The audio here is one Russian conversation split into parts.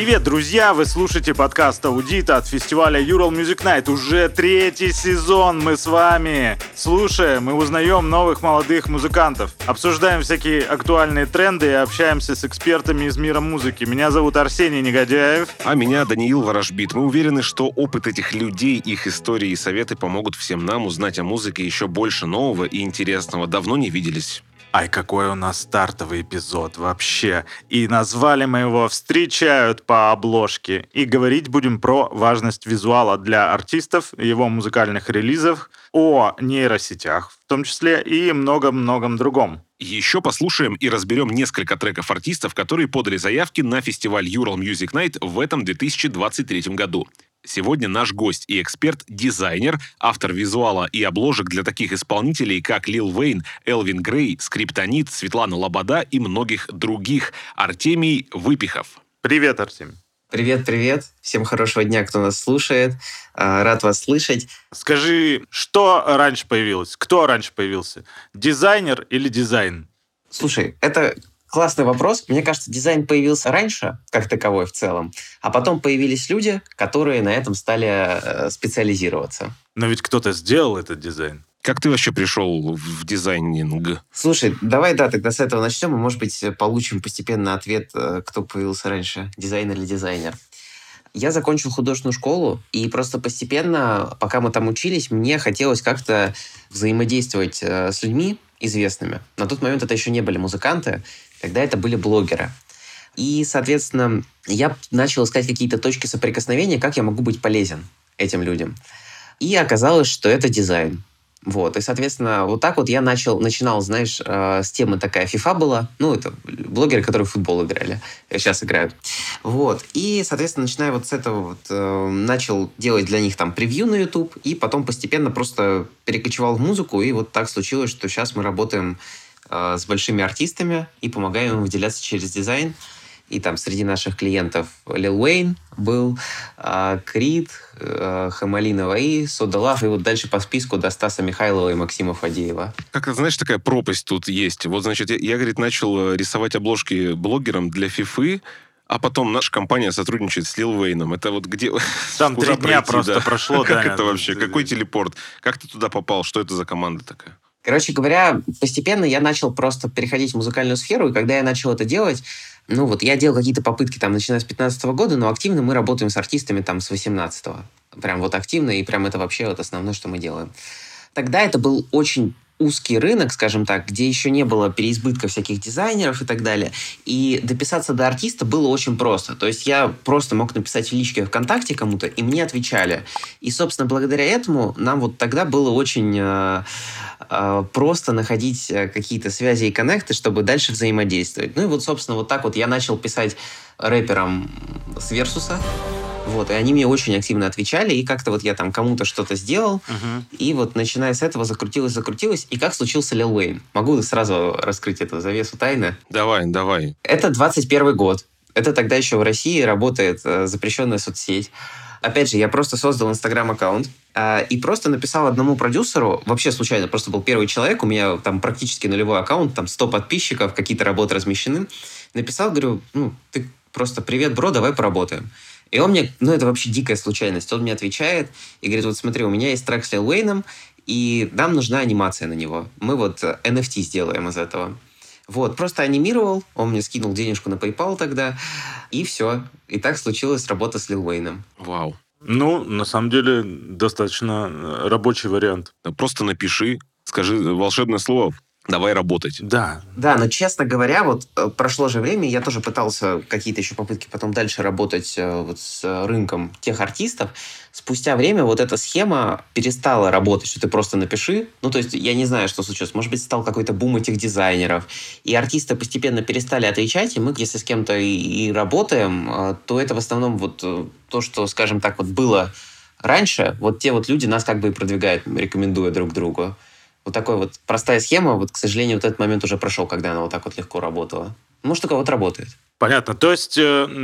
Привет, друзья! Вы слушаете подкаст «Аудита» от фестиваля Ural Music Night. Уже 3-й сезон мы с вами слушаем и узнаем новых молодых музыкантов. Обсуждаем всякие актуальные тренды и общаемся с экспертами из мира музыки. Меня зовут Арсений Негодяев. А меня Даниил Ворожбит. Мы уверены, что опыт этих людей, их истории и советы помогут всем нам узнать о музыке еще больше нового и интересного. Давно не виделись. Ай, какой у нас стартовый эпизод вообще. И назвали мы его «Встречают по обложке». И говорить будем про важность визуала для артистов, его музыкальных релизов, о нейросетях в том числе и многом-многом другом. Еще послушаем и разберем несколько треков артистов, которые подали заявки на фестиваль Ural Music Night в этом 2023 году. Сегодня наш гость и эксперт, дизайнер, автор визуала и обложек для таких исполнителей, как Лил Вейн, Элвин Грей, Скриптонит, Светлана Лобода и многих других. Артемий Выпихов. Привет, Артемий. Привет. Всем хорошего дня, кто нас слушает. Рад вас слышать. Скажи, что раньше появилось? Кто раньше появился? Дизайнер или дизайн? Слушай, это классный вопрос. Мне кажется, дизайн появился раньше, как таковой в целом, а потом появились люди, которые на этом стали специализироваться. Но ведь кто-то сделал этот дизайн. Как ты вообще пришел в дизайнинг? Слушай, давай, тогда с этого начнем, и, может быть, получим постепенно ответ, кто появился раньше, дизайнер или дизайнер. Я закончил художественную школу, и просто постепенно, пока мы там учились, мне хотелось как-то взаимодействовать с людьми известными. На тот момент это еще не были музыканты, тогда это были блогеры. И, соответственно, я начал искать какие-то точки соприкосновения, как я могу быть полезен этим людям. И оказалось, что это дизайн. Вот. И, соответственно, вот так вот я начинал, знаешь, с темы такая FIFA была. Ну, это блогеры, которые в футбол играли. Сейчас играют. Вот. И, соответственно, начиная вот с этого, начал делать для них там превью на YouTube. И потом постепенно просто перекочевал в музыку. И вот так случилось, что сейчас мы работаем с большими артистами и помогаем им выделяться через дизайн. И там среди наших клиентов Лил Уэйн был, Крид, Хамали Наваи, Сода Лав, и вот дальше по списку до Стаса Михайлова и Максима Фадеева. Как, знаешь, такая пропасть тут есть. Вот, значит, я говорит, начал рисовать обложки блогерам для фифы, а потом наша компания сотрудничает с Лил Уэйном. Это вот где... Там 3 дня просто прошло. Как это вообще? Какой телепорт? Как ты туда попал? Что это за команда такая? Короче говоря, постепенно я начал просто переходить в музыкальную сферу, и когда я начал это делать, я делал какие-то попытки, там, начиная с 2015 года, но активно мы работаем с артистами там с 2018. Прям вот активно, и прям это вообще вот основное, что мы делаем. Тогда это был очень узкий рынок, скажем так, где еще не было переизбытка всяких дизайнеров и так далее. И дописаться до артиста было очень просто. То есть я просто мог написать в личке ВКонтакте кому-то, и мне отвечали. И, собственно, благодаря этому нам вот тогда было очень просто находить какие-то связи и коннекты, чтобы дальше взаимодействовать. Ну и вот, собственно, вот так вот я начал писать рэперам с Версуса. Вот, и они мне очень активно отвечали, и как-то вот я там кому-то что-то сделал, и вот начиная с этого закрутилось, и как случился Лил Уэйн. Могу сразу раскрыть эту завесу тайны? Давай. Это 21 год. Это тогда еще в России работает запрещенная соцсеть. Опять же, я просто создал Инстаграм-аккаунт и просто написал одному продюсеру, вообще случайно, просто был первый человек, у меня там практически нулевой аккаунт, там 100 подписчиков, какие-то работы размещены. Написал, говорю, ты просто «Привет, бро, давай поработаем». И он мне, это вообще дикая случайность, он мне отвечает и говорит, вот смотри, у меня есть трек с Лил Уэйном, и нам нужна анимация на него. Мы вот NFT сделаем из этого. Вот, просто анимировал, он мне скинул денежку на PayPal тогда, и все. И так случилась работа с Лил Уэйном. Вау. На самом деле, достаточно рабочий вариант. Просто напиши, скажи волшебное слово, давай работать. Да, но, честно говоря, вот прошло же время, я тоже пытался какие-то еще попытки потом дальше работать вот с рынком тех артистов. Спустя время вот эта схема перестала работать, что ты просто напиши. То есть я не знаю, что случилось. Может быть, стал какой-то бум этих дизайнеров. И артисты постепенно перестали отвечать, и мы, если с кем-то и работаем, то это в основном вот то, что, скажем так, вот было раньше, вот те вот люди нас как бы и продвигают, рекомендуя друг другу. Вот такая вот простая схема, вот, к сожалению, вот этот момент уже прошел, когда она вот так вот легко работала. Может, только вот работает. Понятно. То есть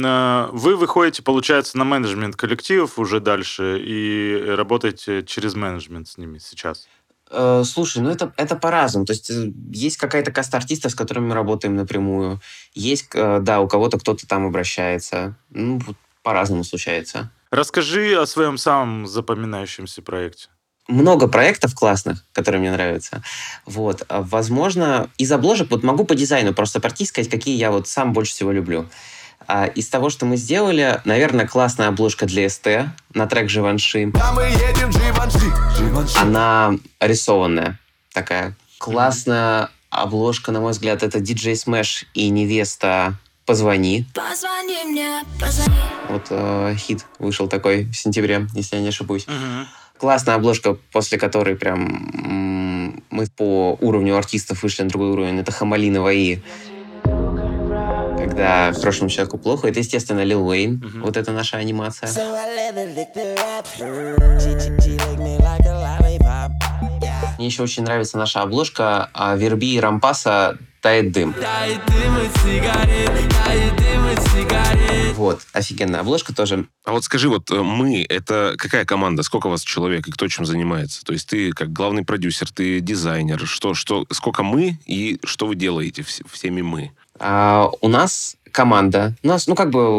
вы выходите, получается, на менеджмент коллективов уже дальше и работаете через менеджмент с ними сейчас? Слушай, ну это по-разному. То есть есть какая-то каста артистов, с которыми мы работаем напрямую. Есть, да, у кого-то кто-то там обращается. Ну, вот по-разному случается. Расскажи о своем самом запоминающемся проекте. Много проектов классных, которые мне нравятся. Вот. Возможно, из обложек, вот могу по дизайну просто пройтись, сказать, какие я вот сам больше всего люблю. Из того, что мы сделали, наверное, классная обложка для СТ на трек «Живанши». Да, мы едем, Живанши. Она рисованная такая. Классная обложка, на мой взгляд, это DJ Smash и невеста «Позвони». Позвони мне, позвони. Вот хит вышел такой в сентябре, если я не ошибусь. Мгм. Классная обложка, после которой прям мы по уровню артистов вышли на другой уровень. Это Хамали Наваи. Когда хорошему человеку плохо. Это, естественно, Лил Уэйн. Мгм. Вот это наша анимация. So I let her lick the rap. She lick me like a lollipop. Мне еще очень нравится наша обложка Верби и Рампаса «Тает дым». Тает дым от сигарет, тает дым от сигарет. Вот, офигенная обложка тоже. А вот скажи, вот мы, это какая команда? Сколько у вас человек и кто чем занимается? То есть ты как главный продюсер, ты дизайнер. Сколько мы и что вы делаете всеми мы? У нас команда. У нас,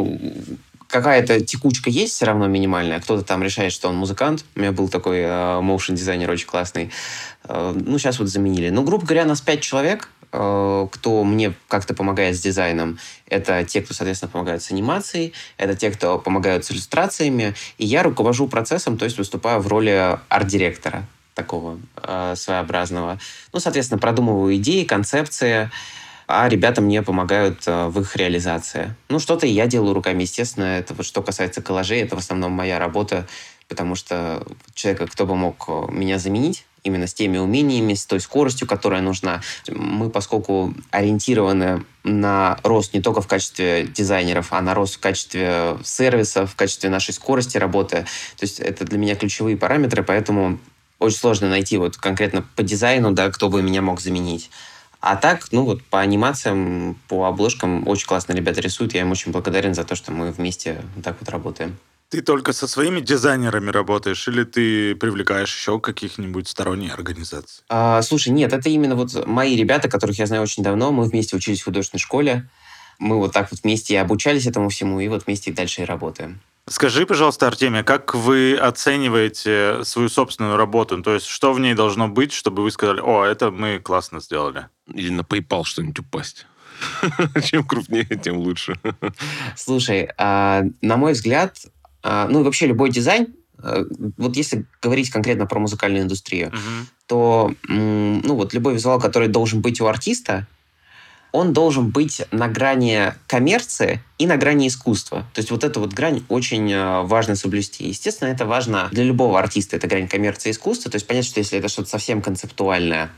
какая-то текучка есть все равно минимальная. Кто-то там решает, что он музыкант. У меня был такой моушн-дизайнер очень классный. Сейчас вот заменили. Ну, грубо говоря, нас 5 человек, кто мне как-то помогает с дизайном. Это те, кто, соответственно, помогают с анимацией. Это те, кто помогают с иллюстрациями. И я руковожу процессом, то есть выступаю в роли арт-директора такого своеобразного. Ну, соответственно, продумываю идеи, концепции, а ребята мне помогают в их реализации. Ну, что-то я делаю руками, естественно. Это вот что касается коллажей, это в основном моя работа, потому что человека, кто бы мог меня заменить, именно с теми умениями, с той скоростью, которая нужна. Мы, поскольку ориентированы на рост не только в качестве дизайнеров, а на рост в качестве сервисов, в качестве нашей скорости работы, то есть это для меня ключевые параметры, поэтому очень сложно найти вот конкретно по дизайну, да, кто бы меня мог заменить. А так, ну вот по анимациям, по обложкам очень классно ребята рисуют. Я им очень благодарен за то, что мы вместе так вот работаем. Ты только со своими дизайнерами работаешь или ты привлекаешь еще каких-нибудь сторонних организаций? Слушай, нет, это именно вот мои ребята, которых я знаю очень давно. Мы вместе учились в художественной школе. Мы вот так вот вместе и обучались этому всему, и вот вместе и дальше и работаем. Скажи, пожалуйста, Артемий, как вы оцениваете свою собственную работу? То есть, что в ней должно быть, чтобы вы сказали, о, это мы классно сделали? Или на PayPal что-нибудь упасть? Чем крупнее, тем лучше. Слушай, на мой взгляд, ну и вообще любой дизайн, вот если говорить конкретно про музыкальную индустрию, то ну вот любой визуал, который должен быть у артиста, он должен быть на грани коммерции и на грани искусства. То есть вот эту вот грань очень важно соблюсти. Естественно, это важно для любого артиста, это грань коммерции и искусства. То есть понятно, что если это что-то совсем концептуальное,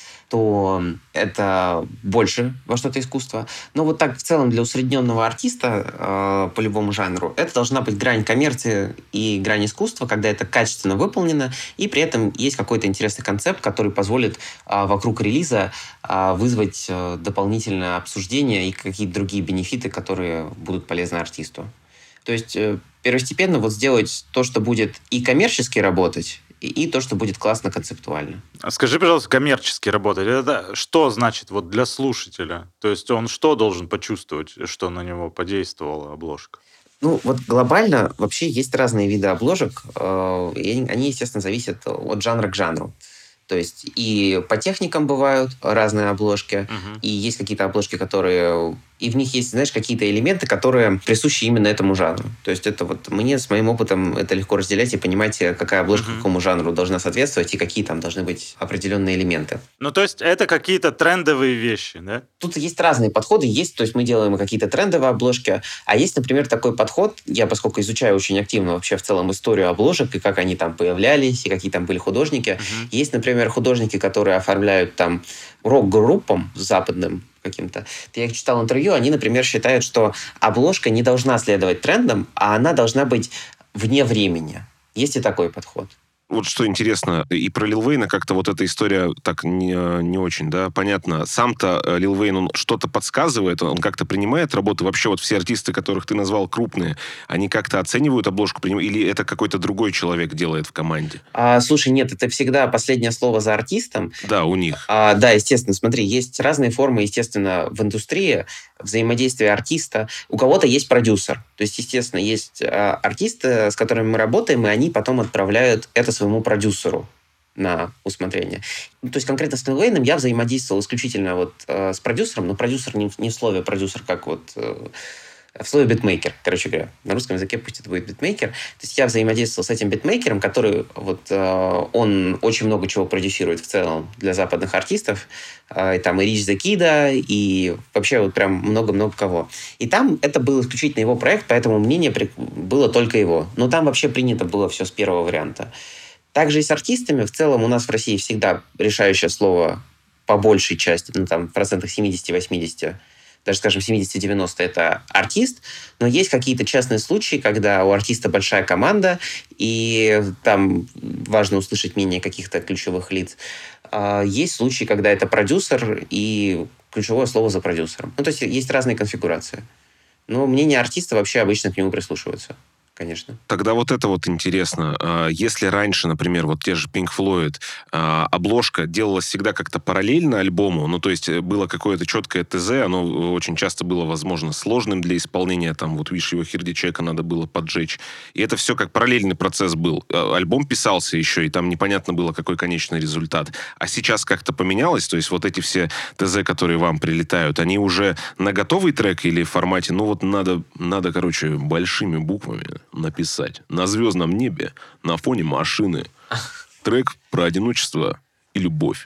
то это больше во что-то искусство. Но вот так в целом для усредненного артиста по любому жанру это должна быть грань коммерции и грань искусства, когда это качественно выполнено, и при этом есть какой-то интересный концепт, который позволит вокруг релиза вызвать дополнительное обсуждение и какие-то другие бенефиты, которые будут полезны артисту. То есть первостепенно вот сделать то, что будет и коммерчески работать, и то, что будет классно концептуально. А скажи, пожалуйста, коммерчески работать, это что значит вот для слушателя? То есть он что должен почувствовать, что на него подействовала обложка? Ну, вот глобально вообще есть разные виды обложек, и они, естественно, зависят от жанра к жанру. То есть и по техникам бывают разные обложки, и есть какие-то обложки, которые... И в них есть, знаешь, какие-то элементы, которые присущи именно этому жанру. То есть это вот мне с моим опытом это легко разделять и понимать, какая обложка какому жанру должна соответствовать и какие там должны быть определенные элементы. Ну, то есть это какие-то трендовые вещи, да? Тут есть разные подходы. Есть, то есть мы делаем какие-то трендовые обложки, а есть, например, такой подход, я поскольку изучаю очень активно вообще в целом историю обложек и как они там появлялись, и какие там были художники. Есть, например, художники, которые оформляют там рок-группам западным каким-то. Я их читал интервью, они, например, считают, что обложка не должна следовать трендам, а она должна быть вне времени. Есть и такой подход. Вот что интересно, и про Лил Вейна как-то вот эта история так не очень, да, понятно. Сам-то Лил Вейн, он что-то подсказывает, он как-то принимает работу. Вообще вот все артисты, которых ты назвал крупные, они как-то оценивают обложку, или это какой-то другой человек делает в команде? Слушай, нет, это всегда последнее слово за артистом. Да, у них. Да, естественно, смотри, есть разные формы, естественно, в индустрии взаимодействия артиста. У кого-то есть продюсер. То есть, естественно, есть артисты, с которыми мы работаем, и они потом отправляют это своему продюсеру на усмотрение. То есть конкретно с Лил Вейном я взаимодействовал исключительно вот с продюсером, но продюсер не в слове продюсер, как вот в слове битмейкер, короче говоря. На русском языке пусть это будет битмейкер. То есть я взаимодействовал с этим битмейкером, который вот он очень много чего продюсирует в целом для западных артистов. Там и Рич the Kid, и вообще вот прям много-много кого. И там это был исключительно его проект, поэтому мнение было только его. Но там вообще принято было все с первого варианта. Также и с артистами. В целом у нас в России всегда решающее слово по большей части, ну там в процентах 70-80%, даже, скажем, 70-90 это артист, но есть какие-то частные случаи, когда у артиста большая команда, и там важно услышать мнение каких-то ключевых лиц. Есть случаи, когда это продюсер, и ключевое слово за продюсером. Ну, то есть есть разные конфигурации. Но мнение артиста вообще обычно к нему прислушиваются. Конечно. Тогда вот это вот интересно. Если раньше, например, вот те же Pink Floyd, обложка делалась всегда как-то параллельно альбому, ну, то есть было какое-то четкое ТЗ, оно очень часто было, возможно, сложным для исполнения, там, вот, видишь, его Хирди Чека надо было поджечь. И это все как параллельный процесс был. Альбом писался еще, и там непонятно было, какой конечный результат. А сейчас как-то поменялось, то есть вот эти все ТЗ, которые вам прилетают, они уже на готовый трек или в формате, ну, вот надо, короче, большими буквами написать на звездном небе на фоне машины трек про одиночество и любовь?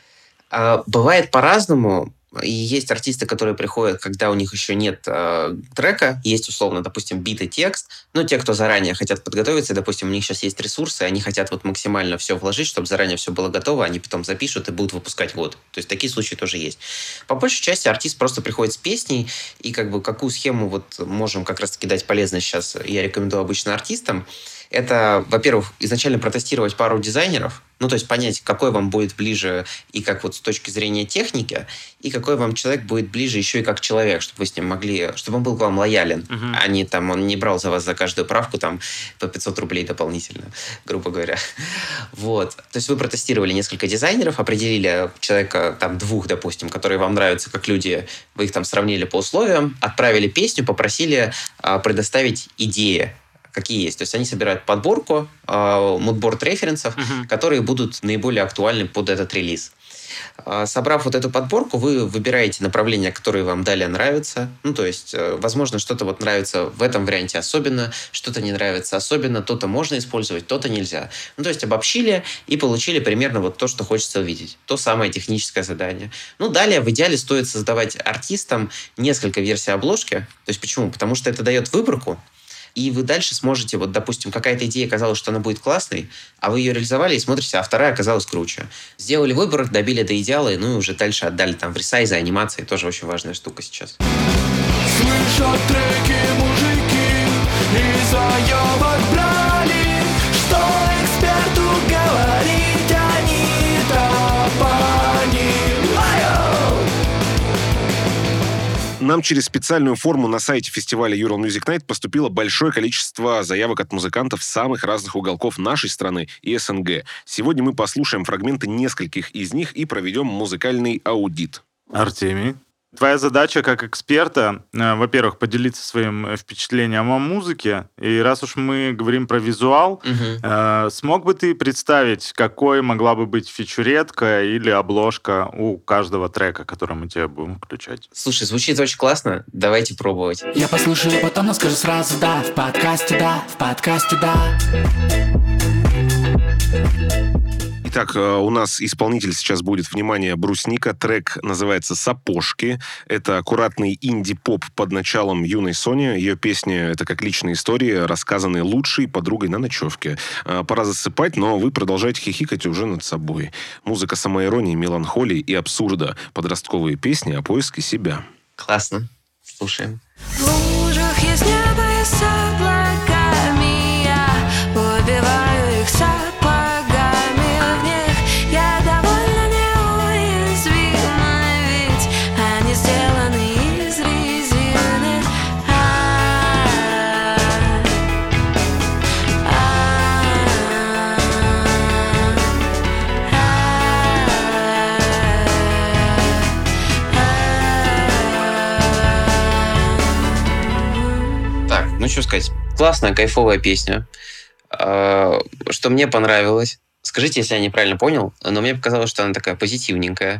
Бывает по-разному. И есть артисты, которые приходят, когда у них еще нет трека, есть, условно, допустим, бит и текст. Ну, те, кто заранее хотят подготовиться, допустим, у них сейчас есть ресурсы, они хотят вот максимально все вложить, чтобы заранее все было готово, они потом запишут и будут выпускать вот. То есть такие случаи тоже есть. По большей части артист просто приходит с песней, и как бы какую схему вот можем как раз-таки дать полезно сейчас, я рекомендую обычно артистам, это, во-первых, изначально протестировать пару дизайнеров, ну, то есть понять, какой вам будет ближе и как вот с точки зрения техники, и какой вам человек будет ближе еще и как человек, чтобы вы с ним могли, чтобы он был к вам лоялен, а не там, он не брал за вас за каждую правку там по 500 рублей дополнительно, грубо говоря. Вот. То есть вы протестировали несколько дизайнеров, определили человека, там, двух, допустим, которые вам нравятся как люди, вы их там сравнили по условиям, отправили песню, попросили предоставить идеи, какие есть. То есть они собирают подборку, мудборд референсов, которые будут наиболее актуальны под этот релиз. Собрав вот эту подборку, вы выбираете направления, которые вам далее нравятся. Ну, то есть, возможно, что-то вот нравится в этом варианте особенно, что-то не нравится особенно, то-то можно использовать, то-то нельзя. Ну, то есть, обобщили и получили примерно вот то, что хочется увидеть. То самое техническое задание. Ну, далее, в идеале, стоит создавать артистам несколько версий обложки. То есть, почему? Потому что это дает выборку, и вы дальше сможете, вот, допустим, какая-то идея казалась, что она будет классной, а вы ее реализовали и смотрите, а вторая оказалась круче. Сделали выбор, добили до идеала, ну и уже дальше отдали там в ресайзы, анимации, тоже очень важная штука сейчас. Слышат треки мужики и заебок брали, что эксперту говорить они-то понимают. Нам через специальную форму на сайте фестиваля Ural Music Night поступило большое количество заявок от музыкантов самых разных уголков нашей страны и СНГ. Сегодня мы послушаем фрагменты нескольких из них и проведем музыкальный аудит. Артемий, твоя задача как эксперта, во-первых, поделиться своим впечатлением о музыке. И раз уж мы говорим про визуал, смог бы ты представить, какой могла бы быть фичуретка или обложка у каждого трека, который мы тебе будем включать? Слушай, звучит очень классно, давайте пробовать. Я послушаю, потом, но скажу сразу да. В подкасте да. Итак, у нас исполнитель сейчас будет, внимание, Брусника. Трек называется «Сапожки». Это аккуратный инди-поп под началом юной Сони. Ее песни — это как личные истории, рассказанные лучшей подругой на ночевке. Пора засыпать, но вы продолжаете хихикать уже над собой. Музыка самоиронии, меланхолии и абсурда. Подростковые песни о поиске себя. Классно. Слушаем. В лужах из неба и с облаками я убиваю их сапогами. что сказать? Классная, кайфовая песня. Что мне понравилось. Скажите, если я неправильно понял, но мне показалось, что она такая позитивненькая.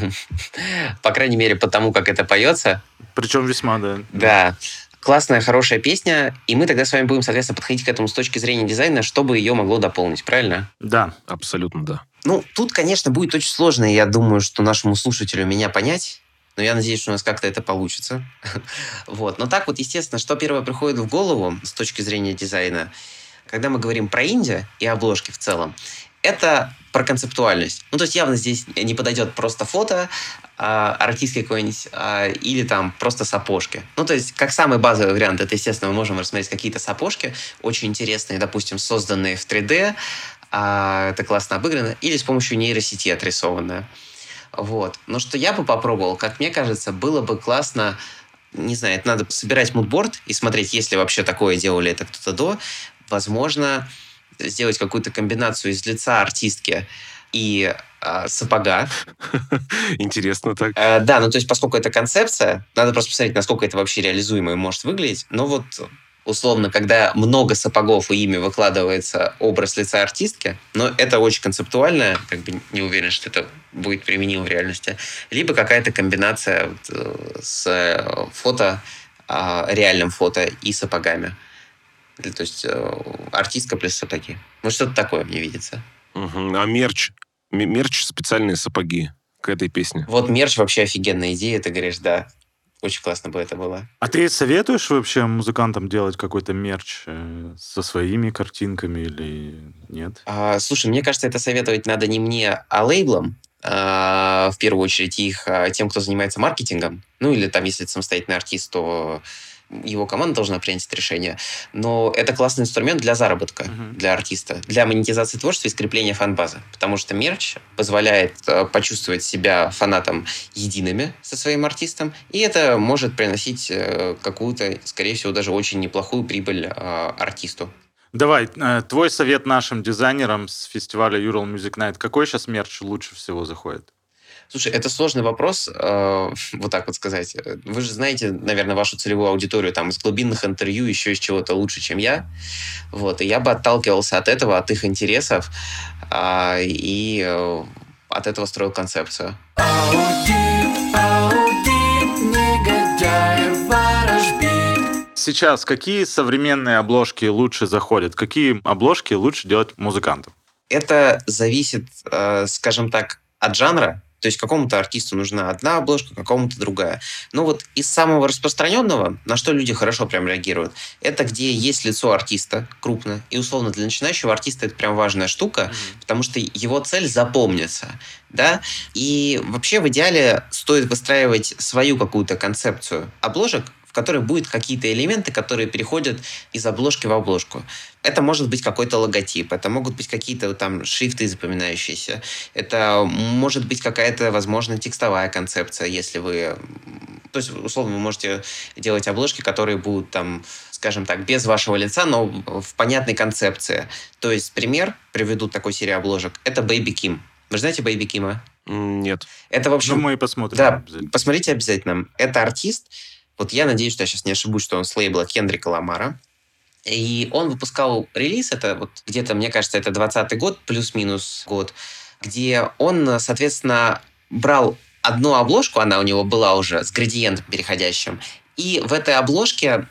По крайней мере, потому как это поется. Причем весьма, да. Да. Классная, хорошая песня, и мы тогда с вами будем, соответственно, подходить к этому с точки зрения дизайна, чтобы ее могло дополнить, правильно? Да. Абсолютно да. Ну, тут, конечно, будет очень сложно, и я думаю, что нашему слушателю меня понять, но я надеюсь, что у нас как-то это получится. Вот. Но так вот, естественно, что первое приходит в голову с точки зрения дизайна, когда мы говорим про инди и обложки в целом, это про концептуальность. Ну, то есть явно здесь не подойдет просто фото, артистский какой-нибудь, или там просто сапожки. Ну, то есть, как самый базовый вариант, это, естественно, мы можем рассмотреть какие-то сапожки, очень интересные, допустим, созданные в 3D, это классно обыграно, или с помощью нейросети отрисованное. Вот. Но что я бы попробовал, как мне кажется, было бы классно, не знаю, это надо собирать мудборд и смотреть, если вообще такое делали это кто-то до, возможно, сделать какую-то комбинацию из лица артистки и сапога. Интересно так. Да, ну то есть поскольку это концепция, надо просто посмотреть, насколько это вообще реализуемо и может выглядеть. Но вот условно, когда много сапогов и ими выкладывается образ лица артистки, но это очень концептуально, как бы не уверен, что это будет применимо в реальности, либо какая-то комбинация с фото, реальным фото и сапогами. То есть артистка плюс сапоги. Вот что-то такое мне видится. Угу. А мерч? Мерч специальные сапоги к этой песне. Вот мерч вообще офигенная идея, ты говоришь, да. Очень классно бы это было. А ты советуешь вообще музыкантам делать какой-то мерч со своими картинками или нет? Слушай, мне кажется, это советовать надо не мне, а лейблам. В первую очередь их тем, кто занимается маркетингом. Ну или там, если это самостоятельный артист, то его команда должна принять это решение. Но это классный инструмент для заработка, для артиста, для монетизации творчества и скрепления фан-базы. Потому что мерч позволяет почувствовать себя фанатом едиными со своим артистом, и это может приносить какую-то, скорее всего, даже очень неплохую прибыль артисту. Давай, твой совет нашим дизайнерам с фестиваля Ural Music Night. Какой сейчас мерч лучше всего заходит? Слушай, это сложный вопрос, вот так вот сказать. Вы же знаете, наверное, вашу целевую аудиторию там из глубинных интервью, еще из чего-то лучше, чем я. Вот, и я бы отталкивался от этого, от их интересов, и от этого строил концепцию. Сейчас какие современные обложки лучше заходят? Какие обложки лучше делать музыкантам? Это зависит, скажем так, от жанра. То есть какому-то артисту нужна одна обложка, какому-то другая. Но вот из самого распространенного, на что люди хорошо прям реагируют, это где есть лицо артиста крупно. И условно для начинающего артиста это прям важная штука, потому что его цель запомнится. Да? И вообще в идеале стоит выстраивать свою какую-то концепцию обложек, в которой будут какие-то элементы, которые переходят из обложки в обложку. Это может быть какой-то логотип, это могут быть какие-то там шрифты запоминающиеся, это может быть какая-то, возможно, текстовая концепция, если вы... То есть, условно, вы можете делать обложки, которые будут там, скажем так, без вашего лица, но в понятной концепции. То есть, пример, приведу такой серии обложек, это Baby Kim. Вы же знаете Baby Kim'а? Нет. Это, в общем... Ну, мы и посмотрим. Да, обязательно. посмотрите обязательно. Это артист. Вот я надеюсь, что я сейчас не ошибусь, что он с лейбла Кендрика Ламара. И он выпускал релиз, это вот где-то, мне кажется, это 20-й год, плюс-минус год, где он, соответственно, брал одну обложку, она у него была уже с градиентом переходящим, и в этой обложке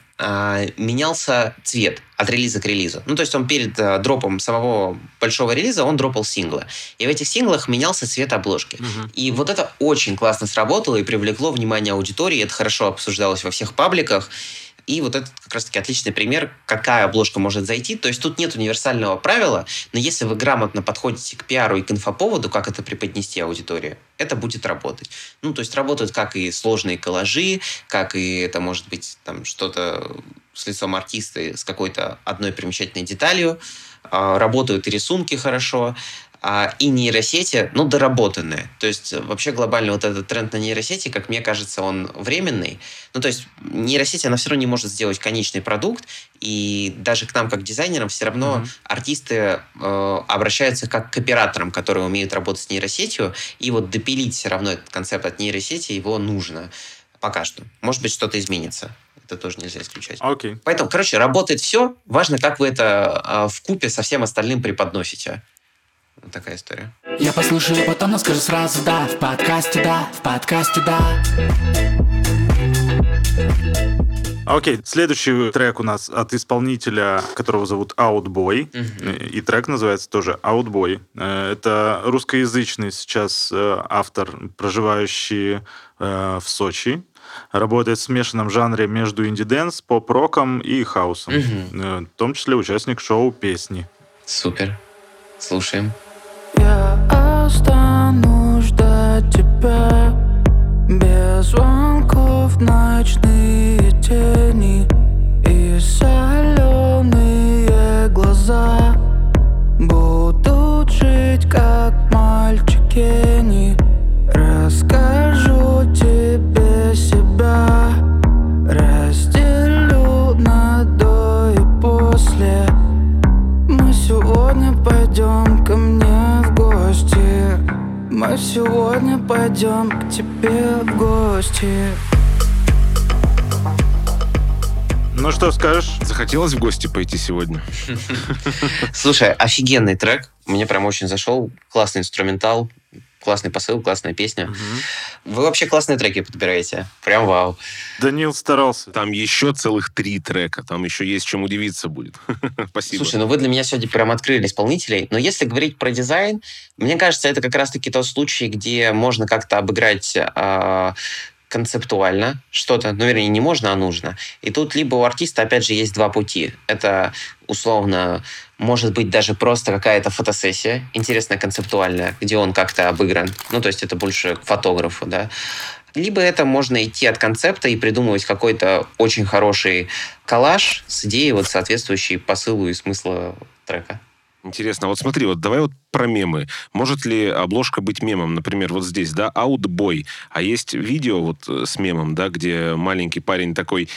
менялся цвет от релиза к релизу. Ну, то есть он перед дропом самого большого релиза, он дропал синглы. И в этих синглах менялся цвет обложки. И вот это очень классно сработало и привлекло внимание аудитории. Это хорошо обсуждалось во всех пабликах. И вот это как раз-таки отличный пример, какая обложка может зайти. То есть тут нет универсального правила, но если вы грамотно подходите к пиару и к инфоповоду, как это преподнести аудитории, это будет работать. Ну, то есть работают как и сложные коллажи, как и это может быть там что-то с лицом артиста, с какой-то одной примечательной деталью. Работают и рисунки хорошо, и нейросети, ну, доработанные. То есть вообще глобально вот этот тренд на нейросети, как мне кажется, он временный. Ну, то есть нейросеть, она все равно не может сделать конечный продукт, и даже к нам, как дизайнерам, все равно артисты обращаются как к операторам, которые умеют работать с нейросетью, и вот допилить все равно этот концепт от нейросети его нужно. Пока что. Может быть, что-то изменится. Это тоже нельзя исключать. Окей. Поэтому, короче, работает все. Важно, как вы это вкупе со всем остальным преподносите. Вот такая история. Я послушаю потом, но скажу сразу да. В подкасте да, в подкасте да. Окей, следующий трек у нас от исполнителя, которого зовут Outboy. И трек называется тоже Outboy. Это русскоязычный сейчас автор, проживающий в Сочи. Работает в смешанном жанре между инди-дэнс, поп-роком и хаусом. В том числе участник шоу «Песни». Супер. Слушаем. Я останусь ждать тебя без звонков, ночные тени и соленые глаза будут жить, как мальчики. Не расскажу тебе себя, разделю на до и после. Мы сегодня пойдем ко мне в гости. Мы сегодня пойдем к тебе в гости. Ну что скажешь? Захотелось в гости пойти сегодня? Слушай, офигенный трек. Мне прям очень зашел. Классный инструментал, классный посыл, классная песня. Вы вообще классные треки подбираете. Прям вау. Данил старался. Там еще целых 3 трека. Там еще есть чем удивиться будет. Спасибо. Слушай, ну вы для меня сегодня прям открыли исполнителей. Но если говорить про дизайн, мне кажется, это как раз-таки тот случай, где можно как-то обыграть концептуально что-то, ну, вернее, не можно, а нужно. И тут либо у артиста, опять же, есть 2 пути. Это, условно, может быть даже просто какая-то фотосессия, интересная, концептуальная, где он как-то обыгран. Ну, то есть это больше к фотографу, да. Либо это можно идти от концепта и придумывать какой-то очень хороший коллаж с идеей, вот, соответствующей посылу и смыслу трека. Интересно, вот смотри, вот давай вот про мемы. Может ли обложка быть мемом? Например, вот здесь, да, Outboy. А есть видео вот с мемом, да, где маленький парень такой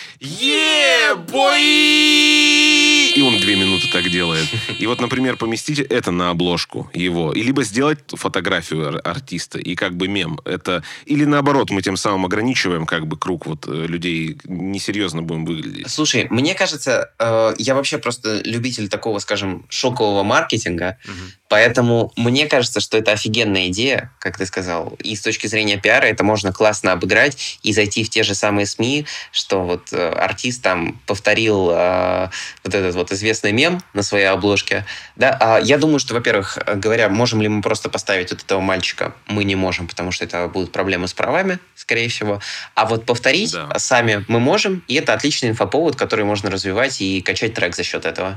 бой! И он 2 минуты так делает. И вот, например, поместить это на обложку его. И либо сделать фотографию артиста и как бы мем. Это... Или наоборот, мы тем самым ограничиваем как бы круг вот людей, несерьезно будем выглядеть. Слушай, мне кажется, я вообще просто любитель такого, скажем, шокового маркетинга, поэтому мне кажется, что это офигенная идея, как ты сказал. И с точки зрения пиара это можно классно обыграть и зайти в те же самые СМИ, что вот артист там повторил вот этот вот известный мем на своей обложке. Да? Я думаю, что, во-первых, говоря, можем ли мы просто поставить вот этого мальчика, мы не можем, потому что это будут проблемы с правами, скорее всего. А вот повторить сами мы можем, и это отличный инфоповод, который можно развивать и качать трек за счет этого.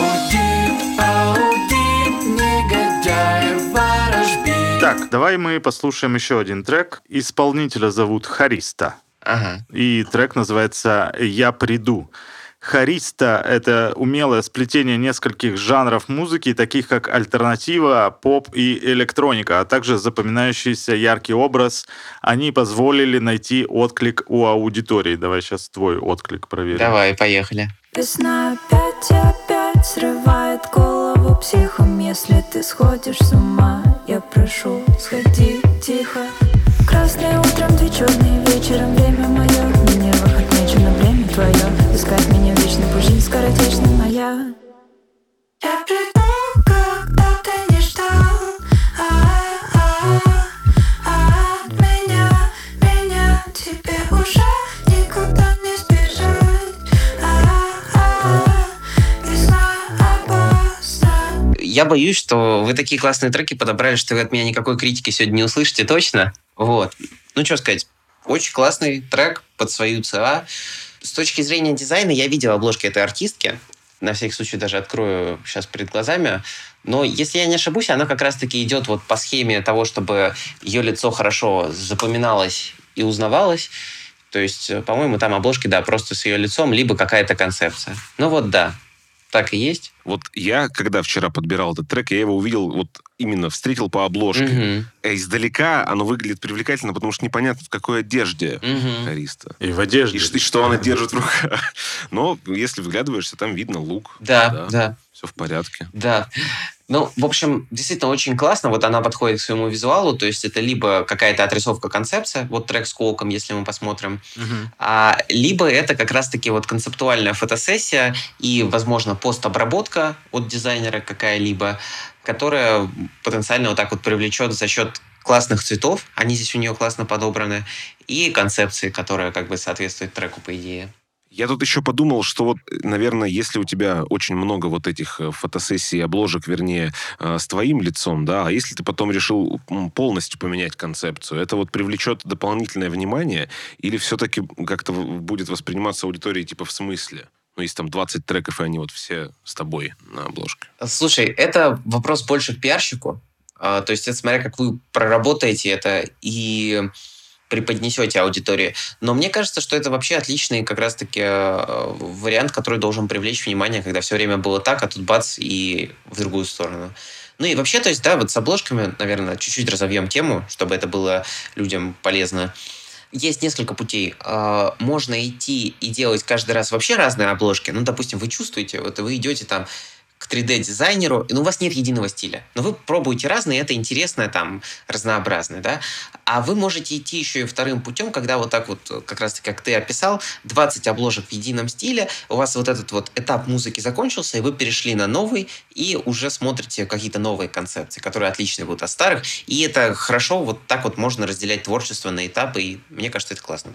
Так, давай мы послушаем еще один трек. Исполнителя зовут Хариста. Ага. И трек называется «Я приду». Хариста — это умелое сплетение нескольких жанров музыки, таких как альтернатива, поп и электроника, а также запоминающийся яркий образ. Они позволили найти отклик у аудитории. Давай сейчас твой отклик проверим. Давай, поехали. Весна опять срывает голову психом. Если ты сходишь с ума, я прошу, сходи тихо. Красное утром, ты черный вечером, время мое. На нервах отмечено время твое. Искать меня в вечный путь, жизнь скоротечна моя. Я приду, когда ты не ждал. От меня тебе уже никуда не сбежать. Весна опасна. Я боюсь, что вы такие классные треки подобрали, что вы от меня никакой критики сегодня не услышите точно. Вот. Ну, что сказать. Очень классный трек под свою ЦА. С точки зрения дизайна я видел обложки этой артистки. На всякий случай даже открою сейчас перед глазами. Но, если я не ошибусь, она как раз-таки идет вот по схеме того, чтобы ее лицо хорошо запоминалось и узнавалось. То есть, по-моему, там обложки, да, просто с ее лицом, либо какая-то концепция. Ну вот, да, так и есть. Вот я, когда вчера подбирал этот трек, я его увидел, вот именно встретил по обложке. Издалека оно выглядит привлекательно, потому что непонятно, в какой одежде Хариста. И в одежде. И что она держит в руках. Но если вглядываешься, там видно лук. Да. Все в порядке. Да. Ну, в общем, действительно очень классно. Вот она подходит к своему визуалу. То есть это либо какая-то отрисовка концепция, вот трек с Коуком, если мы посмотрим, Мгм. либо это как раз-таки вот концептуальная фотосессия и, возможно, постобработка от дизайнера какая-либо, которая потенциально вот так вот привлечет за счет классных цветов, они здесь у нее классно подобраны, и концепции, которая как бы соответствует треку, по идее. Я тут еще подумал, что вот, наверное, если у тебя очень много вот этих фотосессий, обложек, вернее, с твоим лицом, да, а если ты потом решил полностью поменять концепцию, это вот привлечет дополнительное внимание или все-таки как-то будет восприниматься аудиторией типа в смысле? Ну, если там 20 треков, и они вот все с тобой на обложке. Слушай, это вопрос больше к пиарщику. То есть это смотря как вы проработаете это и преподнесете аудитории. Но мне кажется, что это вообще отличный как раз-таки вариант, который должен привлечь внимание, когда все время было так, а тут бац, и в другую сторону. Ну и вообще, то есть, да, вот с обложками, наверное, чуть-чуть разовьем тему, чтобы это было людям полезно. Есть несколько путей. Можно идти и делать каждый раз вообще разные обложки. Ну, допустим, вы чувствуете, вот вы идете там к 3D-дизайнеру, но у вас нет единого стиля. Но вы пробуете разные, это интересно, там, разнообразно, да? А вы можете идти еще и вторым путем, когда вот так вот, как раз-таки, как ты описал, 20 обложек в едином стиле, у вас вот этот вот этап музыки закончился, и вы перешли на новый, и уже смотрите какие-то новые концепции, которые отличные будут от старых, и это хорошо, вот так вот можно разделять творчество на этапы, и мне кажется, это классно.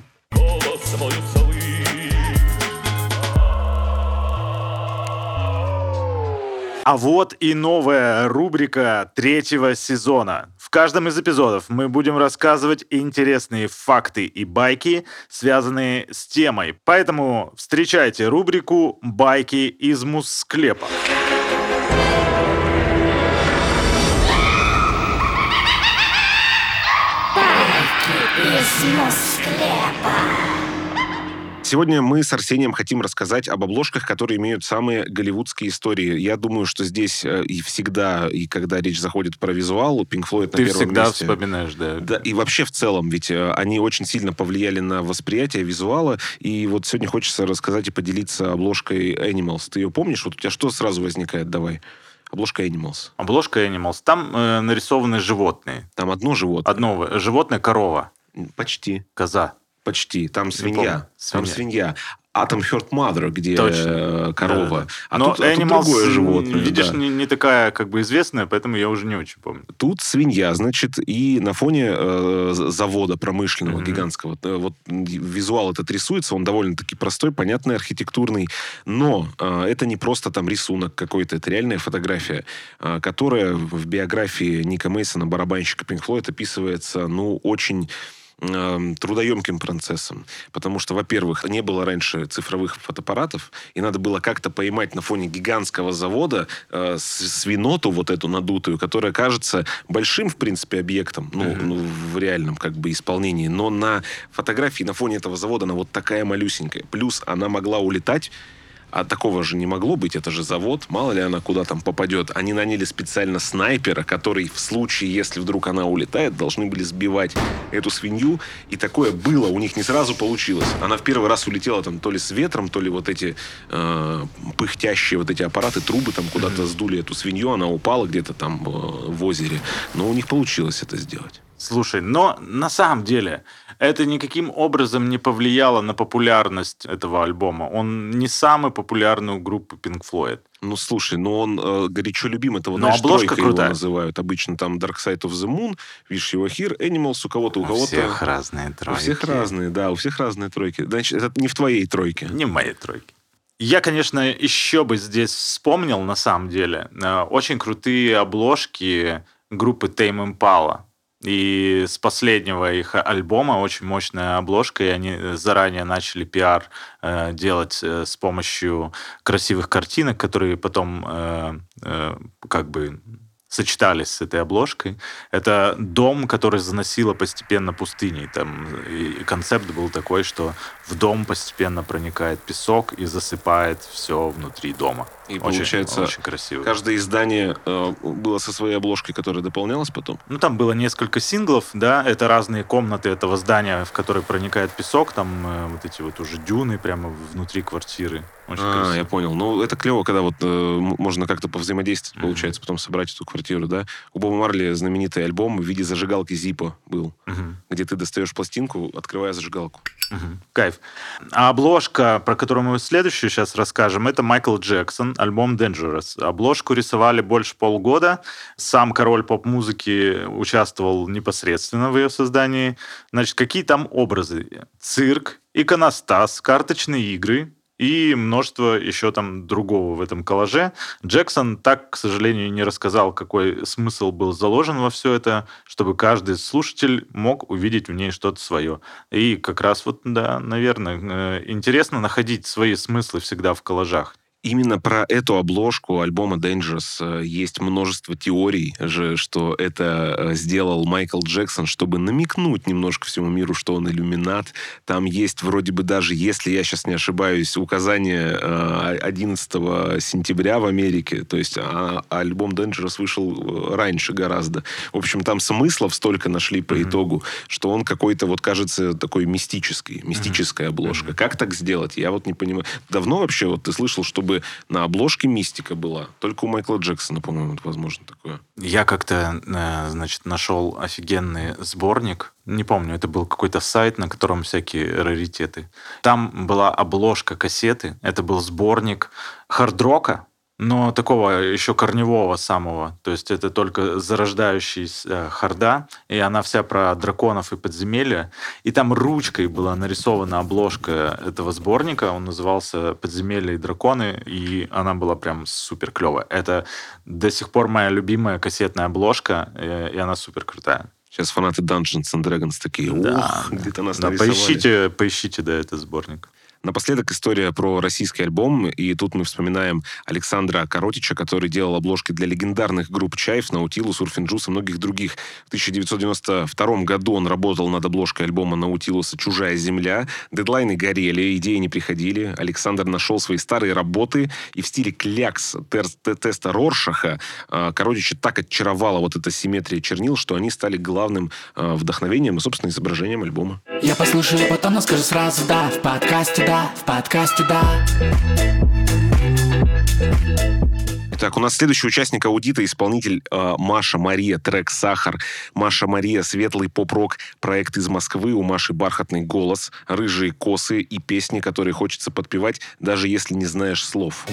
А вот и новая рубрика третьего сезона. В каждом из эпизодов мы будем рассказывать интересные факты и байки, связанные с темой. Поэтому встречайте рубрику «Байки из Муссклепа». Сегодня мы с Арсением хотим рассказать об обложках, которые имеют самые голливудские истории. Я думаю, что здесь и всегда, и когда речь заходит про визуал, Pink Floyd на Ты первом всегда месте. вспоминаешь, да. Да, и вообще в целом, ведь они очень сильно повлияли на восприятие визуала. И вот сегодня хочется рассказать и поделиться обложкой Animals. Ты ее помнишь? Вот у тебя что сразу возникает? Давай. Обложка Animals. Обложка Animals. Там нарисованы животные. Там одно животное. Одно животное — корова, Почти. коза. Почти. Там Не свинья. помню. Там свинья. А там Hurt Mother, где Точно. корова. Да. А Но тут Animals, другое животное. видишь, да. не такая как бы известная, поэтому я уже не очень помню. Тут свинья, значит, и на фоне завода промышленного, гигантского, вот визуал этот рисуется, он довольно-таки простой, понятный, архитектурный, но это не просто там рисунок какой-то, это реальная фотография, которая в биографии Ника Мейсона, барабанщика Pink Floyd, описывается, ну, очень трудоемким процессом. Потому что, во-первых, не было раньше цифровых фотоаппаратов, и надо было как-то поймать на фоне гигантского завода свиноту вот эту надутую, которая кажется большим, в принципе, объектом, ну, в реальном как бы исполнении, но на фотографии на фоне этого завода она вот такая малюсенькая. Плюс она могла улетать, а такого же не могло быть, это же завод, мало ли она куда там попадет. Они наняли специально снайпера, который в случае, если вдруг она улетает, должны были сбивать эту свинью. И такое было, у них не сразу получилось. Она в первый раз улетела там то ли с ветром, то ли вот эти пыхтящие вот эти аппараты, трубы там куда-то сдули эту свинью, она упала где-то там в озере. Но у них получилось это сделать. Слушай, но на самом деле это никаким образом не повлияло на популярность этого альбома. Он не самый популярный у группы Pink Floyd. Ну, слушай, ну он горячо любим. Это вот, Но знаешь, обложка тройка его крутая. называют. Обычно там Dark Side of the Moon, видишь его Here, Animals, у кого-то, у кого-то... всех разные У тройки. всех разные, да, у всех разные тройки. Значит, это не в твоей тройке. Не в моей тройке. Я, конечно, еще бы здесь вспомнил, на самом деле, очень крутые обложки группы Tame Impala. И с последнего их альбома очень мощная обложка, и они заранее начали пиар делать с помощью красивых картинок, которые потом как бы сочетались с этой обложкой. Это дом, который заносило постепенно пустыней. Там и концепт был такой, что в дом постепенно проникает песок и засыпает все внутри дома. И Очень- получается, очень красиво. каждое издание было со своей обложкой, которая дополнялась потом. Ну, там было несколько синглов, да, это разные комнаты этого здания, в которые проникает песок, там вот эти вот уже дюны прямо внутри квартиры. Очень красиво. Я понял. Ну, это клево, когда вот можно как-то повзаимодействовать, получается, потом собрать эту квартиру, да? У Боба Марли знаменитый альбом в виде зажигалки Зиппо был, где ты достаешь пластинку, открывая зажигалку. Кайф. А обложка, про которую мы следующую сейчас расскажем, это Майкл Джексон, альбом Dangerous. Обложку рисовали больше полгода. Сам король поп-музыки участвовал непосредственно в ее создании. Значит, какие там образы? Цирк, иконостас, карточные игры и множество еще там другого в этом коллаже. Джексон так, к сожалению, не рассказал, какой смысл был заложен во все это, чтобы каждый слушатель мог увидеть в ней что-то свое. И как раз вот, да, наверное, интересно находить свои смыслы всегда в коллажах. Именно про эту обложку альбома Dangerous есть множество теорий же, что это сделал Майкл Джексон, чтобы намекнуть немножко всему миру, что он иллюминат. Там есть вроде бы даже, если я сейчас не ошибаюсь, указание 11 сентября в Америке. То есть альбом Dangerous вышел раньше гораздо. В общем, там смыслов столько нашли по итогу, что он какой-то, вот кажется, такой мистическая обложка. Как так сделать? Я вот не понимаю. Давно вообще вот ты слышал, чтобы на обложке мистика была? Только у Майкла Джексона, по-моему, это возможно такое. Я как-то, значит, нашел офигенный сборник. Не помню, это был какой-то сайт, на котором всякие раритеты. Там была обложка кассеты. Это был сборник хард-рока, но такого еще корневого самого. То есть это только зарождающаяся харда, и она вся про драконов и подземелья. И там ручкой была нарисована обложка этого сборника. Он назывался «Подземелья и драконы», и она была прям супер клевая. Это до сих пор моя любимая кассетная обложка, и она супер крутая. Сейчас фанаты Dungeons and Dragons такие, где-то нас нарисовали. Поищите, да, этот сборник. Напоследок история про российский альбом, и тут мы вспоминаем Александра Коротича, который делал обложки для легендарных групп «Чайф», «Наутилус», «Урфин-Джус» и многих других. В 1992 году он работал над обложкой альбома «Наутилуса» «Чужая земля». Дедлайны горели, идеи не приходили. Александр нашел свои старые работы, и в стиле клякс теста Роршаха Коротича так очаровала вот эта симметрия чернил, что они стали главным вдохновением и, собственно, изображением альбома. Я послушаю потом, но скажу сразу да. В подкасте да, в подкасте да. Итак, у нас следующий участник аудита, исполнитель Маша Мария, трек «Сахар». Маша Мария, светлый поп-рок, проект из Москвы. У Маши бархатный голос, рыжие косы и песни, которые хочется подпевать, даже если не знаешь слов.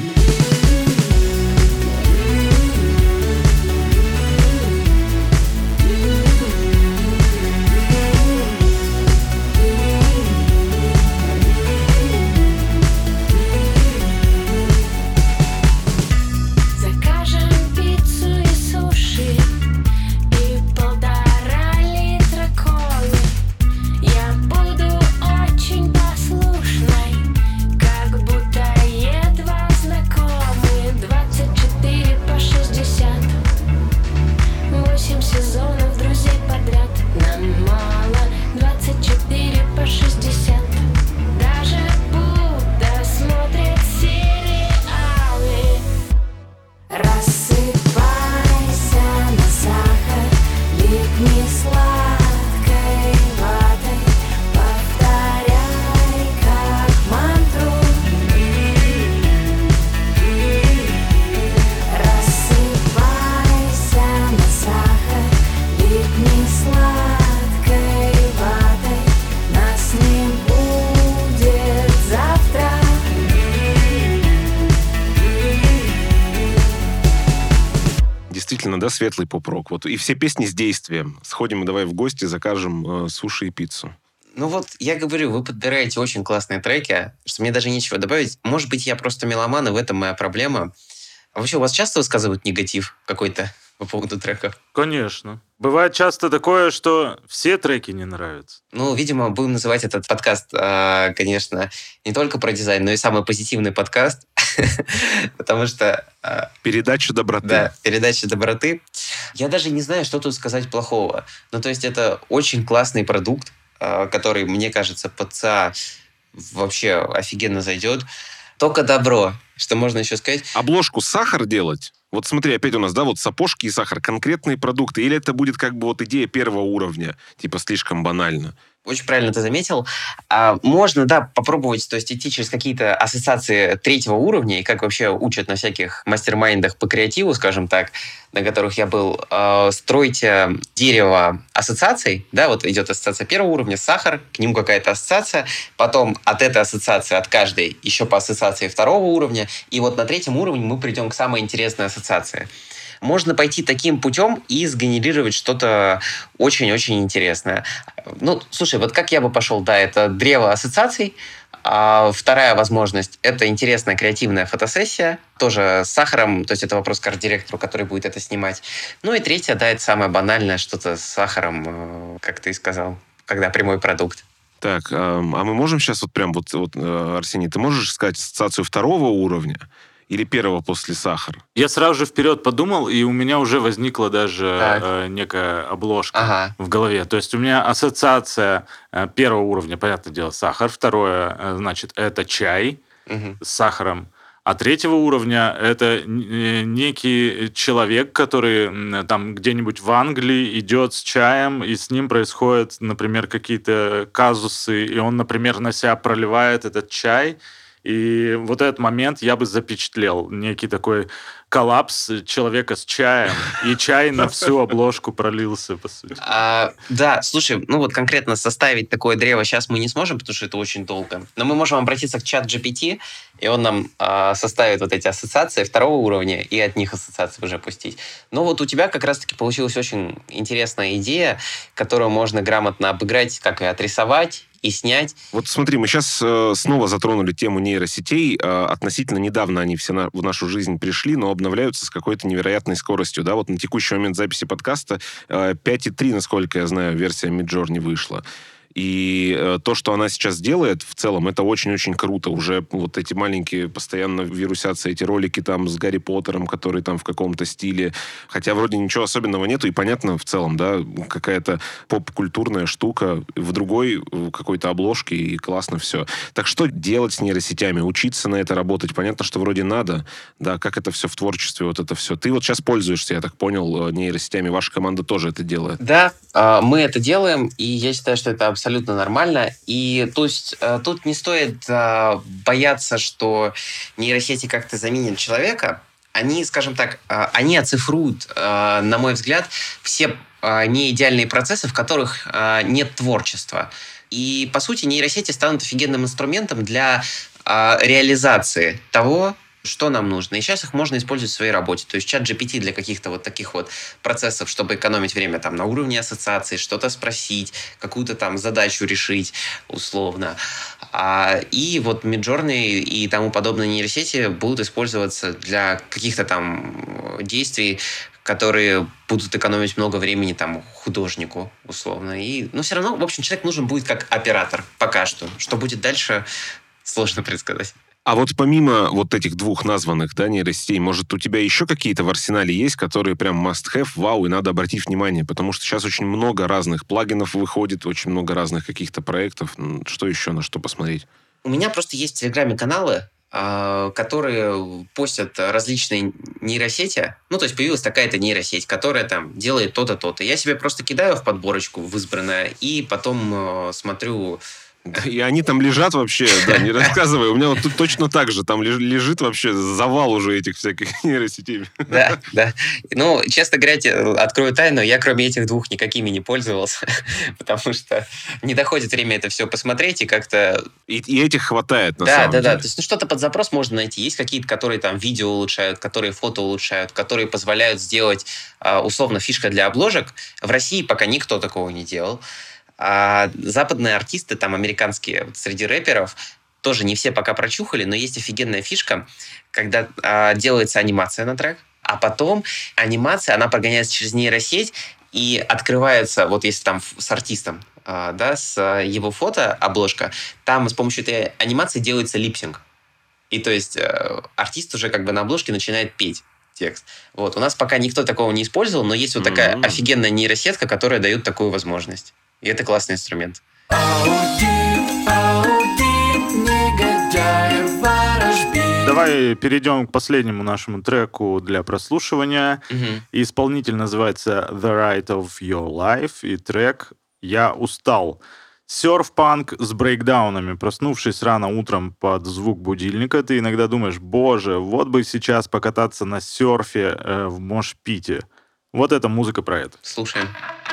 Да, светлый поп-рок. Вот. И все песни с действием. Сходим и давай в гости, закажем суши и пиццу. Ну вот, я говорю, вы подбираете очень классные треки, что мне даже нечего добавить. Может быть, я просто меломан, и в этом моя проблема. А вообще, у вас часто высказывают негатив какой-то по поводу треков? Конечно. Бывает часто такое, что все треки не нравятся. Ну, видимо, будем называть этот подкаст, конечно, не только про дизайн, но и самый позитивный подкаст. Потому что... Передача доброты. Да, передача доброты. Я даже не знаю, что тут сказать плохого. Ну, то есть это очень классный продукт, который, мне кажется, под ЦА вообще офигенно зайдет. Только добро. Что можно еще сказать? Обложку «Сахар» делать? Вот смотри, опять у нас, да, вот сапожки и сахар, конкретные продукты. Или это будет как бы вот идея первого уровня, типа слишком банально? Очень правильно ты заметил. Можно, да, попробовать, то есть идти через какие-то ассоциации третьего уровня, и как вообще учат на всяких мастер-майндах по креативу, скажем так, на которых я был, стройте дерево ассоциаций, да, вот идет ассоциация первого уровня, сахар, к нему какая-то ассоциация, потом от этой ассоциации, от каждой, еще по ассоциации второго уровня, и вот на третьем уровне мы придем к самой интересной ассоциации. Можно пойти таким путем и сгенерировать что-то очень-очень интересное. Ну, слушай, вот как я бы пошел, да, это древо ассоциаций. А вторая возможность — это интересная креативная фотосессия, тоже с сахаром, то есть это вопрос к арт-директору, который будет это снимать. Ну и третья, да, это самое банальное, что-то с сахаром, как ты и сказал, когда прямой продукт. Так, а мы можем сейчас вот прям Арсений, ты можешь сказать ассоциацию второго уровня или первого после сахара? Я сразу же вперед подумал, и у меня уже возникла даже Так. некая обложка Ага. в голове. То есть у меня ассоциация первого уровня, понятное дело, сахар. Второе, значит, это чай Мгм. с сахаром. А третьего уровня это некий человек, который там где-нибудь в Англии идет с чаем, и с ним происходят, например, какие-то казусы, и он, например, на себя проливает этот чай. И вот этот момент я бы запечатлел. Некий такой коллапс человека с чаем, и чай на всю обложку пролился, по сути. Да, слушай, ну вот конкретно составить такое древо сейчас мы не сможем, потому что это очень долго. Но мы можем обратиться к чат GPT, и он нам составит вот эти ассоциации второго уровня, и от них ассоциации уже пустить. Но вот у тебя как раз-таки получилась очень интересная идея, которую можно грамотно обыграть, как и отрисовать, и снять. Вот смотри, мы сейчас снова затронули тему нейросетей. Относительно недавно они все в нашу жизнь пришли, но обновляются с какой-то невероятной скоростью. Да? Вот на текущий момент записи подкаста 5.3, насколько я знаю, версия Midjourney вышла. И то, что она сейчас делает, в целом, это очень-очень круто. Уже вот эти маленькие постоянно вирусятся эти ролики там с Гарри Поттером, который там в каком-то стиле. Хотя вроде ничего особенного нету. И понятно в целом, да, какая-то поп-культурная штука в другой какой-то обложке, и классно все. Так что делать с нейросетями? Учиться на это работать? Понятно, что вроде надо. Да, как это все в творчестве, вот это все. Ты вот сейчас пользуешься, я так понял, нейросетями. Ваша команда тоже это делает. Да, мы это делаем, и я считаю, что это абсолютно нормально. И то есть тут не стоит бояться, что нейросети как-то заменят человека. Они, скажем так, они оцифруют, на мой взгляд, все неидеальные процессы, в которых нет творчества. И, по сути, нейросети станут офигенным инструментом для реализации того, что нам нужно. И сейчас их можно использовать в своей работе. То есть чат GPT для каких-то вот таких вот процессов, чтобы экономить время там на уровне ассоциации, что-то спросить, какую-то там задачу решить условно. И вот Midjourney и тому подобные нейросети будут использоваться для каких-то там действий, которые будут экономить много времени там художнику условно. Но все равно, в общем, человек нужен будет как оператор пока что. Что будет дальше, сложно предсказать. А вот помимо вот этих двух названных, да, нейросетей, может, у тебя еще какие-то в арсенале есть, которые прям must-have, вау, и надо обратить внимание? Потому что сейчас очень много разных плагинов выходит, очень много разных каких-то проектов. Что еще, на что посмотреть? У меня просто есть в Телеграме каналы, которые постят различные нейросети. Ну, то есть появилась такая-то нейросеть, которая там делает то-то, то-то. Я себе просто кидаю в подборочку в избранное, и потом смотрю... И они там лежат вообще, да, не рассказывай. У меня вот тут точно так же, там лежит вообще завал уже этих всяких нейросетей. Да, да. Ну, честно говоря, открою тайну, я кроме этих двух никакими не пользовался, потому что не доходит время это все посмотреть, и как-то... И этих хватает, на самом деле. Да. То есть, что-то под запрос можно найти. Есть какие-то, которые там видео улучшают, которые фото улучшают, которые позволяют сделать, условно, фишка для обложек. В России пока никто такого не делал. А западные артисты, там, американские, вот, среди рэперов, тоже не все пока прочухали, но есть офигенная фишка, когда делается анимация на трек, а потом анимация, она прогоняется через нейросеть и открывается, вот если там с артистом, да, с его фото обложка, там с помощью этой анимации делается липсинг. И то есть артист уже как бы на обложке начинает петь текст. Вот. У нас пока никто такого не использовал, но есть вот такая офигенная нейросетка, которая дает такую возможность. И это классный инструмент. Давай перейдем к последнему нашему треку для прослушивания. И исполнитель называется The Right of Your Life. И трек «Я устал». Серф-панк с брейкдаунами. Проснувшись рано утром под звук будильника, ты иногда думаешь: боже, вот бы сейчас покататься на серфе в мошпите. Вот эта музыка про это. Слушаем.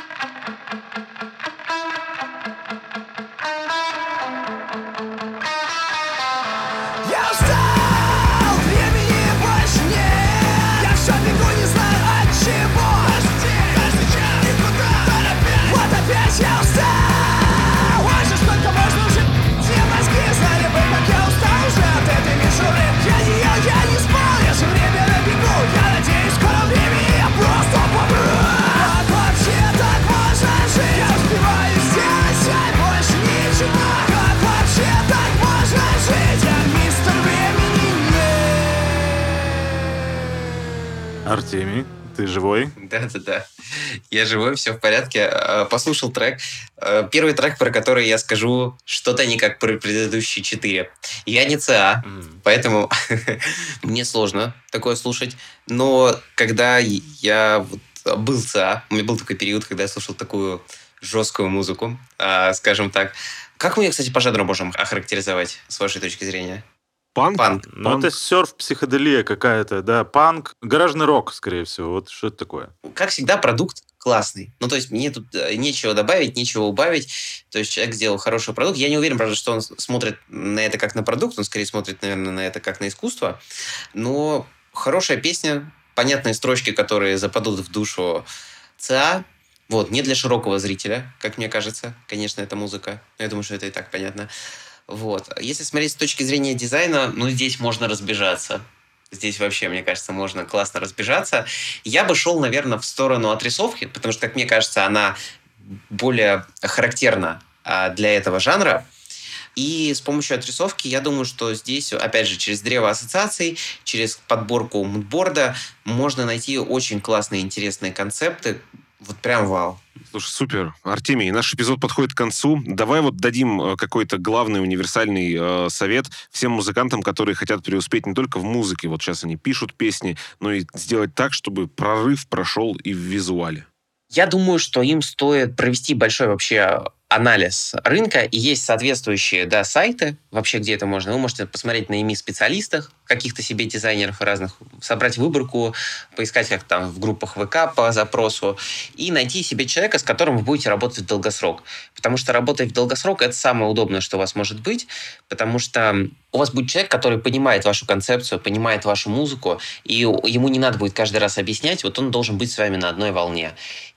Я устал, времени больше нет. Я все бегу, не знаю от чего. Каждый час никуда торопясь. Вот опять я устал. Ой, сколько можно уже? Все мозги знали бы, как я устал уже от этой мишуры. Я не ел, я не спал, я же время на бегу. Я надеюсь, в скором времени я просто помру. Как вообще так можно жить? Я успеваю сделать, а больше ничего. Как вообще так можно жить? Я мистер времени нет. Артемий, ты живой? Да. Я живой, все в порядке. Послушал трек. Первый трек, про который я скажу что-то не как про предыдущие 4. Я не ЦА, поэтому мне сложно такое слушать. Но когда я был ЦА, у меня был такой период, когда я слушал такую жесткую музыку, скажем так. Как мы ее, кстати, по жанру можем охарактеризовать, с вашей точки зрения? Панк. Ну, это серф-психоделия какая-то, да, панк, гаражный рок, скорее всего. Вот что это такое? Как всегда, продукт классный. Ну, то есть мне тут нечего добавить, нечего убавить. То есть человек сделал хороший продукт. Я не уверен, правда, что он смотрит на это как на продукт. Он скорее смотрит, наверное, на это как на искусство. Но хорошая песня, понятные строчки, которые западут в душу ЦА. Вот, не для широкого зрителя, как мне кажется. Конечно, это музыка. Но я думаю, что это и так понятно. Вот. Если смотреть с точки зрения дизайна, ну, здесь можно разбежаться. Здесь вообще, мне кажется, можно классно разбежаться. Я бы шел, наверное, в сторону отрисовки, потому что, как мне кажется, она более характерна для этого жанра. И с помощью отрисовки, я думаю, что здесь, опять же, через древо ассоциаций, через подборку мудборда можно найти очень классные, интересные концепты. Вот прям вау. Слушай, супер. Артемий, наш эпизод подходит к концу. Давай вот дадим какой-то главный универсальный совет всем музыкантам, которые хотят преуспеть не только в музыке, вот сейчас они пишут песни, но и сделать так, чтобы прорыв прошел и в визуале. Я думаю, что им стоит провести большой вообще анализ рынка, и есть соответствующие сайты, вообще где это можно. Вы можете посмотреть на специалистах, каких-то себе дизайнеров разных, собрать выборку, поискать как там в группах ВК по запросу и найти себе человека, с которым вы будете работать в долгосрок. Потому что работать в долгосрок — это самое удобное, что у вас может быть, потому что у вас будет человек, который понимает вашу концепцию, понимает вашу музыку, и ему не надо будет каждый раз объяснять, вот он должен быть с вами на одной волне.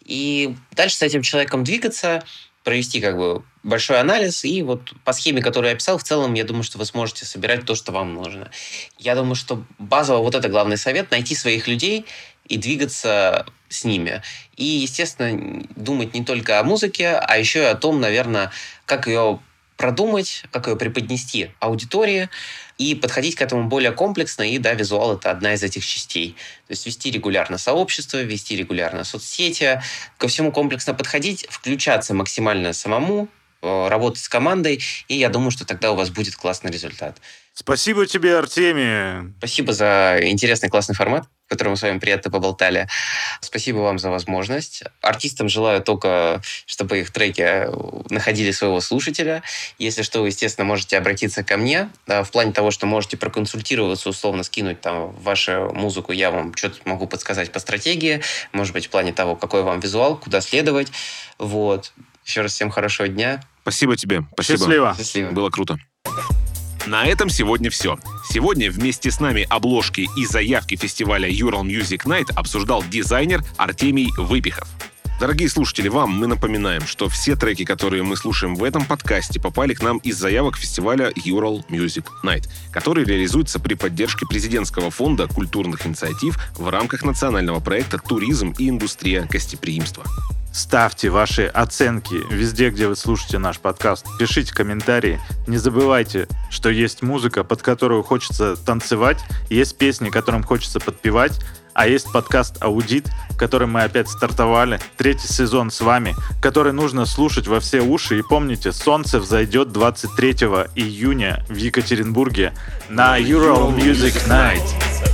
И дальше с этим человеком двигаться, провести большой анализ, и вот по схеме, которую я описал, в целом, я думаю, что вы сможете собирать то, что вам нужно. Я думаю, что базово вот это главный совет — найти своих людей и двигаться с ними. И, естественно, думать не только о музыке, а еще и о том, наверное, как ее продумать, как ее преподнести аудитории и подходить к этому более комплексно. И визуал — это одна из этих частей. То есть вести регулярно сообщество, вести регулярно соцсети, ко всему комплексно подходить, включаться максимально самому, работать с командой, и я думаю, что тогда у вас будет классный результат. Спасибо тебе, Артемий. Спасибо за интересный, классный формат, в котором мы с вами приятно поболтали. Спасибо вам за возможность. Артистам желаю только, чтобы их треки находили своего слушателя. Если что, вы, естественно, можете обратиться ко мне. В плане того, что можете проконсультироваться, условно скинуть там вашу музыку, я вам что-то могу подсказать по стратегии. Может быть, в плане того, какой вам визуал, куда следовать. Вот. Еще раз всем хорошего дня. Спасибо тебе. Спасибо. Счастливо. Счастливо. Было круто. На этом сегодня все. Сегодня вместе с нами обложки и заявки фестиваля Ural Music Night обсуждал дизайнер Артемий Выпихов. Дорогие слушатели, вам мы напоминаем, что все треки, которые мы слушаем в этом подкасте, попали к нам из заявок фестиваля Ural Music Night, который реализуется при поддержке президентского фонда культурных инициатив в рамках национального проекта «Туризм и индустрия гостеприимства». Ставьте ваши оценки везде, где вы слушаете наш подкаст. Пишите комментарии. Не забывайте, что есть музыка, под которую хочется танцевать, есть песни, которым хочется подпевать, а есть подкаст «Аудит», в котором мы опять стартовали. 3-й сезон с вами, который нужно слушать во все уши. И помните, солнце взойдет 23 июня в Екатеринбурге на Ural Music Night.